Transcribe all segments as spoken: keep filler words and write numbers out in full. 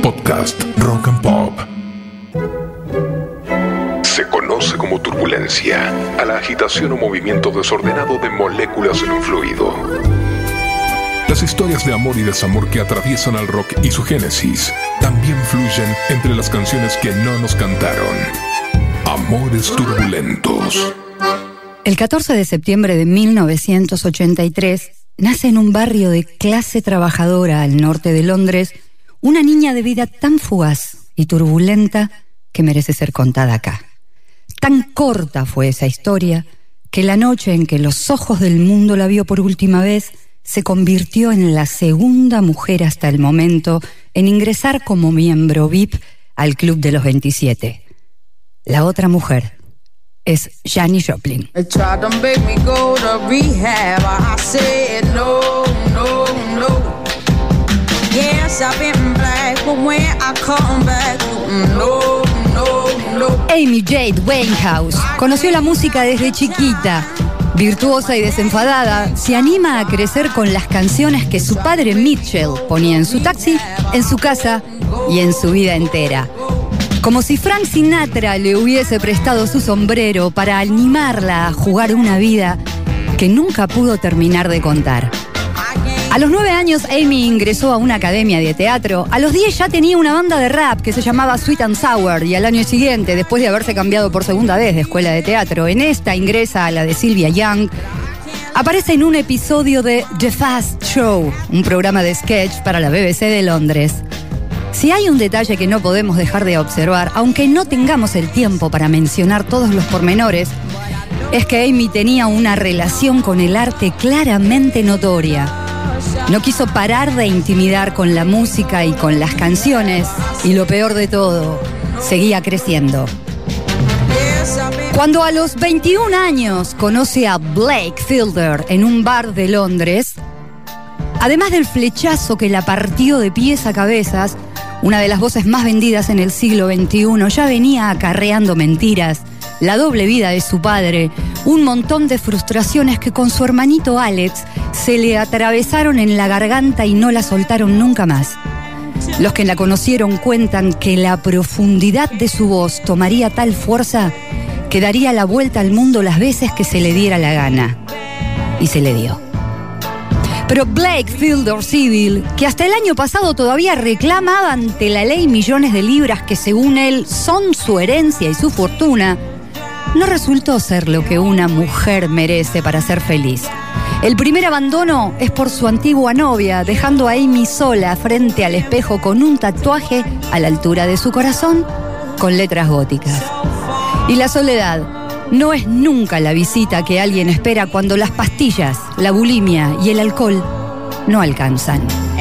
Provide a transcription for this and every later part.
Podcast Rock and Pop. Se conoce como turbulencia a la agitación o movimiento desordenado de moléculas en un fluido. Las historias de amor y desamor que atraviesan al rock y su génesis también fluyen entre las canciones que no nos cantaron. Amores turbulentos. El catorce de septiembre de mil novecientos ochenta y tres nace en un barrio de clase trabajadora al norte de Londres una niña de vida tan fugaz y turbulenta que merece ser contada acá. Tan corta fue esa historia que la noche en que los ojos del mundo la vio por última vez se convirtió en la segunda mujer hasta el momento en ingresar como miembro V I P al Club de los veintisiete. La otra mujer es Janis Joplin. Amy Jade Winehouse conoció la música desde chiquita. Virtuosa y desenfadada, se anima a crecer con las canciones que su padre Mitchell ponía en su taxi, en su casa y en su vida entera. Como si Frank Sinatra le hubiese prestado su sombrero para animarla a jugar una vida que nunca pudo terminar de contar. A los nueve años, Amy ingresó a una academia de teatro. A los diez ya tenía una banda de rap que se llamaba Sweet and Sour. Y al año siguiente, después de haberse cambiado por segunda vez de escuela de teatro, en esta ingresa a la de Sylvia Young. Aparece en un episodio de The Fast Show, un programa de sketch para la B B C de Londres. Si hay un detalle que no podemos dejar de observar, aunque no tengamos el tiempo para mencionar todos los pormenores, es que Amy tenía una relación con el arte claramente notoria. No quiso parar de intimidar con la música y con las canciones, y lo peor de todo, seguía creciendo. Cuando a los veintiún años conoce a Blake Fielder en un bar de Londres, además del flechazo que la partió de pies a cabezas, una de las voces más vendidas en el siglo veintiuno ya venía acarreando mentiras, la doble vida de su padre, un montón de frustraciones que con su hermanito Alex se le atravesaron en la garganta y no la soltaron nunca más. Los que la conocieron cuentan que la profundidad de su voz tomaría tal fuerza que daría la vuelta al mundo las veces que se le diera la gana. Y se le dio. Pero Blake Fielder Civil, que hasta el año pasado todavía reclamaba ante la ley millones de libras que según él son su herencia y su fortuna, no resultó ser lo que una mujer merece para ser feliz. El primer abandono es por su antigua novia, dejando a Amy sola frente al espejo con un tatuaje a la altura de su corazón con letras góticas. Y la soledad no es nunca la visita que alguien espera cuando las pastillas, la bulimia y el alcohol no alcanzan.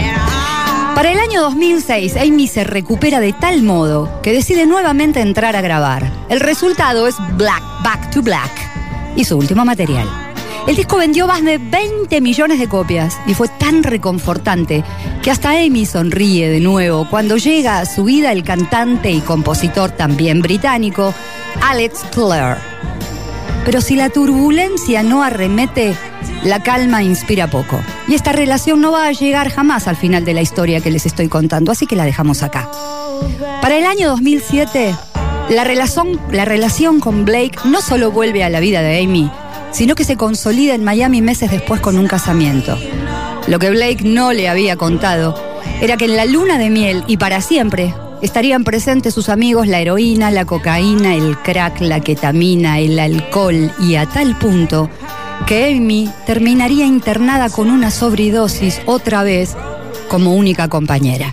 Para el año dos mil seis, Amy se recupera de tal modo que decide nuevamente entrar a grabar. El resultado es Black, Back to Black y su último material. El disco vendió más de veinte millones de copias y fue tan reconfortante que hasta Amy sonríe de nuevo cuando llega a su vida el cantante y compositor también británico Alex Clare. Pero si la turbulencia no arremete, la calma inspira poco. Y esta relación no va a llegar jamás al final de la historia que les estoy contando, así que la dejamos acá. Para el año dos mil siete, la relación, la relación con Blake no solo vuelve a la vida de Amy, sino que se consolida en Miami meses después con un casamiento. Lo que Blake no le había contado era que en la luna de miel y para siempre estarían presentes sus amigos la heroína, la cocaína, el crack, la ketamina, el alcohol y a tal punto que Amy terminaría internada con una sobredosis otra vez como única compañera.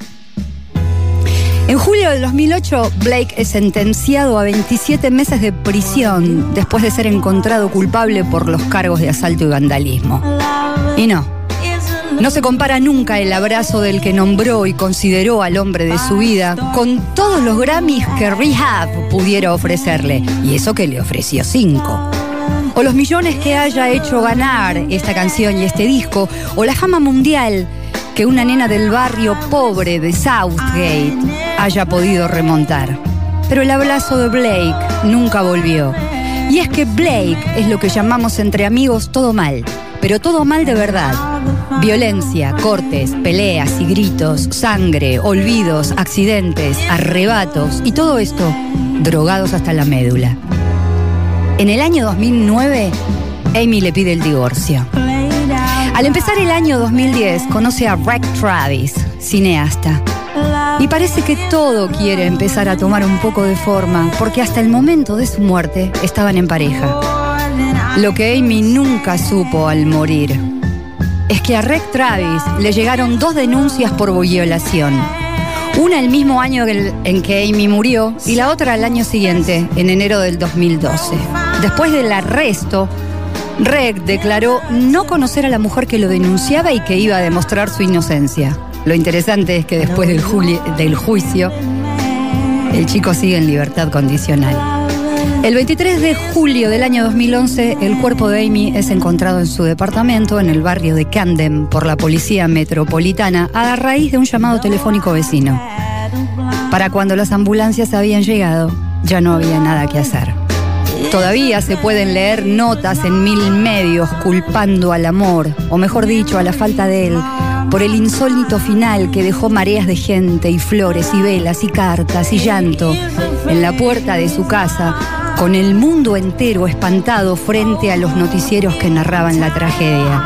En julio de dos mil ocho, Blake es sentenciado a veintisiete meses de prisión después de ser encontrado culpable por los cargos de asalto y vandalismo. Y no, no se compara nunca el abrazo del que nombró y consideró al hombre de su vida con todos los Grammys que Rehab pudiera ofrecerle, y eso que le ofreció cinco. O los millones que haya hecho ganar esta canción y este disco, o la fama mundial que una nena del barrio pobre de Southgate haya podido remontar. Pero el abrazo de Blake nunca volvió. Y es que Blake es lo que llamamos entre amigos todo mal, pero todo mal de verdad. Violencia, cortes, peleas y gritos, sangre, olvidos, accidentes, arrebatos y todo esto drogados hasta la médula. En el año dos mil nueve, Amy le pide el divorcio. Al empezar el año dos mil diez, conoce a Rick Travis, cineasta. Y parece que todo quiere empezar a tomar un poco de forma, porque hasta el momento de su muerte estaban en pareja. Lo que Amy nunca supo al morir es que a Rick Travis le llegaron dos denuncias por violación. Una el mismo año en que Amy murió y la otra al año siguiente, en enero del dos mil doce. Después del arresto, Rick declaró no conocer a la mujer que lo denunciaba y que iba a demostrar su inocencia. Lo interesante es que después del, juli- del juicio, el chico sigue en libertad condicional. El veintitrés de julio del año dos mil once, el cuerpo de Amy es encontrado en su departamento en el barrio de Camden por la policía metropolitana a raíz de un llamado telefónico vecino. Para cuando las ambulancias habían llegado, ya no había nada que hacer. Todavía se pueden leer notas en mil medios culpando al amor, o mejor dicho, a la falta de él, por el insólito final que dejó mareas de gente y flores y velas y cartas y llanto en la puerta de su casa, con el mundo entero espantado frente a los noticieros que narraban la tragedia.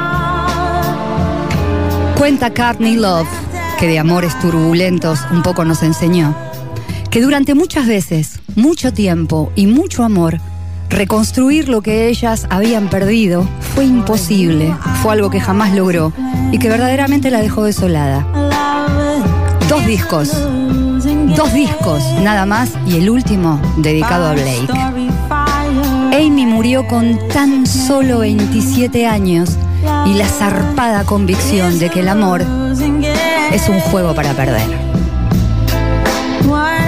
Cuenta Courtney Love, que de amores turbulentos un poco nos enseñó, que durante muchas veces, mucho tiempo y mucho amor, reconstruir lo que ellas habían perdido fue imposible, fue algo que jamás logró y que verdaderamente la dejó desolada. Dos discos, dos discos nada más y el último dedicado a Blake. Amy murió con tan solo veintisiete años y la zarpada convicción de que el amor es un juego para perder.